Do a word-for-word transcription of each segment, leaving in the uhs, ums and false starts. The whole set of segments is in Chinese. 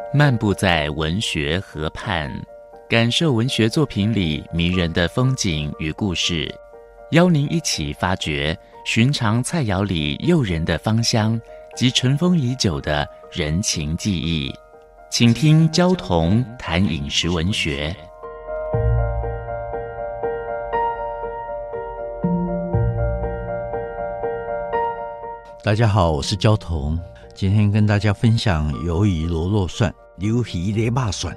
漫步在文学河畔，感受文学作品里迷人的风景与故事，邀您一起发掘寻常菜肴里诱人的芳香及尘封已久的人情记忆。请听焦桐谈饮食文学。 大家好，我是焦桐，今天跟大家分享鱿鱼螺肉蒜、牛皮雷霸蒜。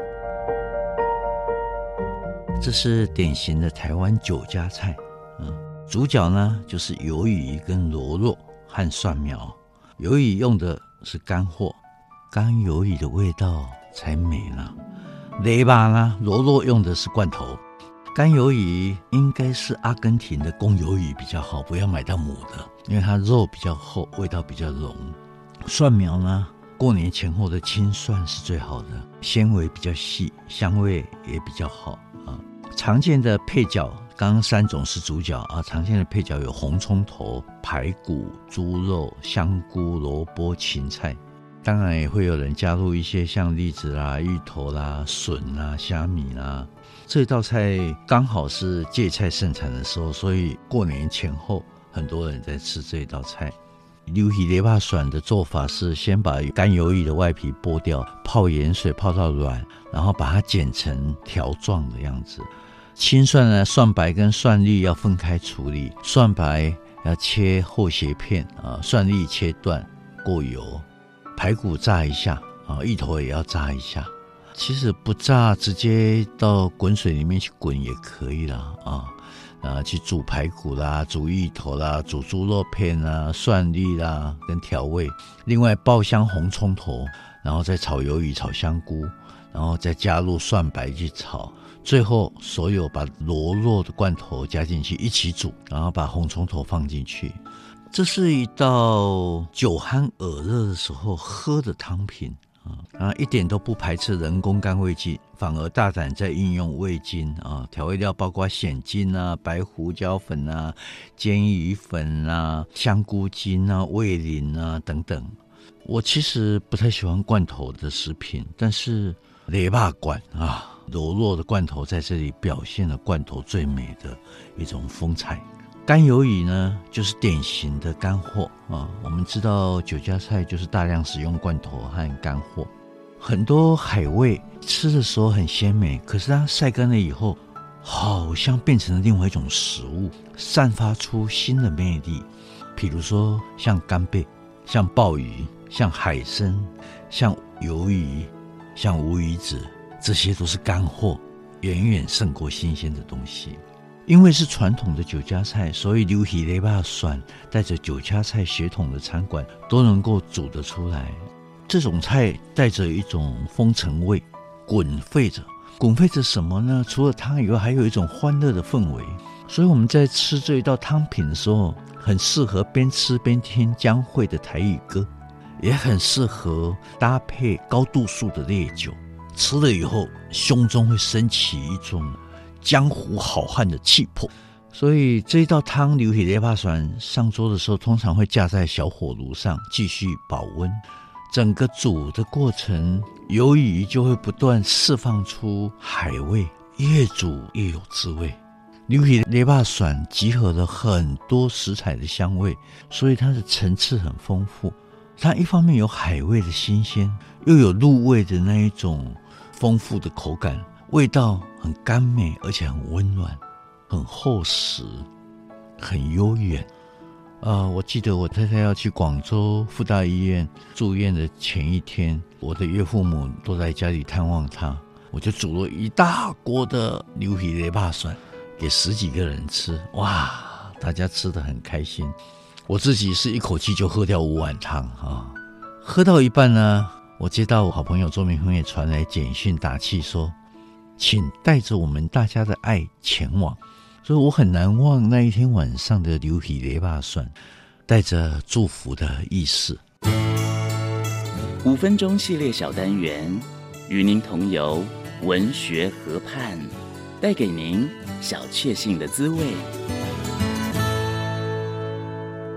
这是典型的台湾酒家菜，嗯，主角呢就是鱿鱼跟螺肉和蒜苗。鱿鱼用的是干货，干鱿鱼的味道才美呢。雷霸呢，螺肉用的是罐头。干鱿鱼应该是阿根廷的公鱿鱼比较好，不要买到母的，因为它肉比较厚，味道比较浓。蒜苗呢，过年前后的青蒜是最好的，纤维比较细，香味也比较好啊。常见的配角，刚刚三种是主角啊，常见的配角有红葱头、排骨、猪肉、香菇、萝卜、芹菜。当然也会有人加入一些像栗子啦、芋头啦、笋啦、虾米啦。这道菜刚好是芥菜盛产的时候，所以过年前后很多人在吃这道菜。牛皮雷霸蒜的做法是先把干鱿鱼的外皮剥掉，泡盐水泡到软，然后把它剪成条状的样子。青蒜呢，蒜白跟蒜粒要分开处理，蒜白要切厚斜片啊，蒜粒切断过油，排骨炸一下啊，芋头也要炸一下。其实不炸，直接到滚水里面去滚也可以啦啊，啊去煮排骨啦，煮芋头啦，煮猪肉片啦，蒜粒啦跟调味。另外爆香红葱头，然后再炒鱿鱼、炒香菇，然后再加入蒜白去炒。最后所有把螺肉的罐头加进去一起煮，然后把红葱头放进去。这是一道酒酣耳热的时候喝的汤品。啊，一点都不排斥人工甘味剂，反而大胆在应用味精啊，调味料包括鲜精啊、白胡椒粉啊、煎鱼粉啊、香菇精啊、味淋啊等等。我其实不太喜欢罐头的食品，但是雷霸罐啊，螺肉的罐头在这里表现了罐头最美的一种风采。干鱿鱼呢，就是典型的干货啊。我们知道酒家菜就是大量使用罐头和干货，很多海味吃的时候很鲜美，可是它晒干了以后，好像变成了另外一种食物，散发出新的魅力。比如说像干贝、像鲍鱼、像海参、像鱿鱼、像乌鱼子，这些都是干货，远远胜过新鲜的东西。因为是传统的酒家菜，所以牛皮雷霸蒜带着酒家菜血统的餐馆都能够煮得出来。这种菜带着一种风尘味，滚沸着，滚沸着什么呢？除了汤以外，还有一种欢乐的氛围。所以我们在吃这一道汤品的时候，很适合边吃边听江蕙的台语歌，也很适合搭配高度数的烈酒。吃了以后，胸中会升起一种江湖好汉的气魄，所以这一道汤牛皮雷霸蒜上桌的时候，通常会架在小火炉上继续保温。整个煮的过程，鱿鱼就会不断释放出海味，越煮越有滋味。牛皮雷霸蒜集合了很多食材的香味，所以它的层次很丰富。它一方面有海味的新鲜，又有入味的那一种丰富的口感，味道很甘美，而且很温暖，很厚实，很悠远。呃，我记得我太太要去广州复大医院住院的前一天，我的岳父母都在家里探望她，我就煮了一大锅的牛皮雷霸蒜给十几个人吃，哇，大家吃得很开心。我自己是一口气就喝掉五碗汤啊！喝到一半呢，我接到我好朋友周明亨也传来简讯打气说，请带着我们大家的爱前往。所以我很难忘那一天晚上的牛皮雷霸蒜，带着祝福的意思。 五分钟系列小单元，与您同游文学河畔，带给您小确幸的滋味。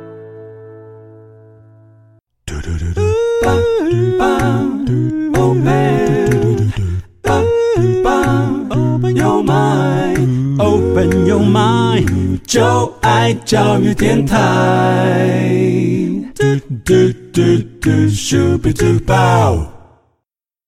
Ba, ba, ba, when your mind 就爱教育电台。嘟嘟嘟嘟，咻比嘟爆。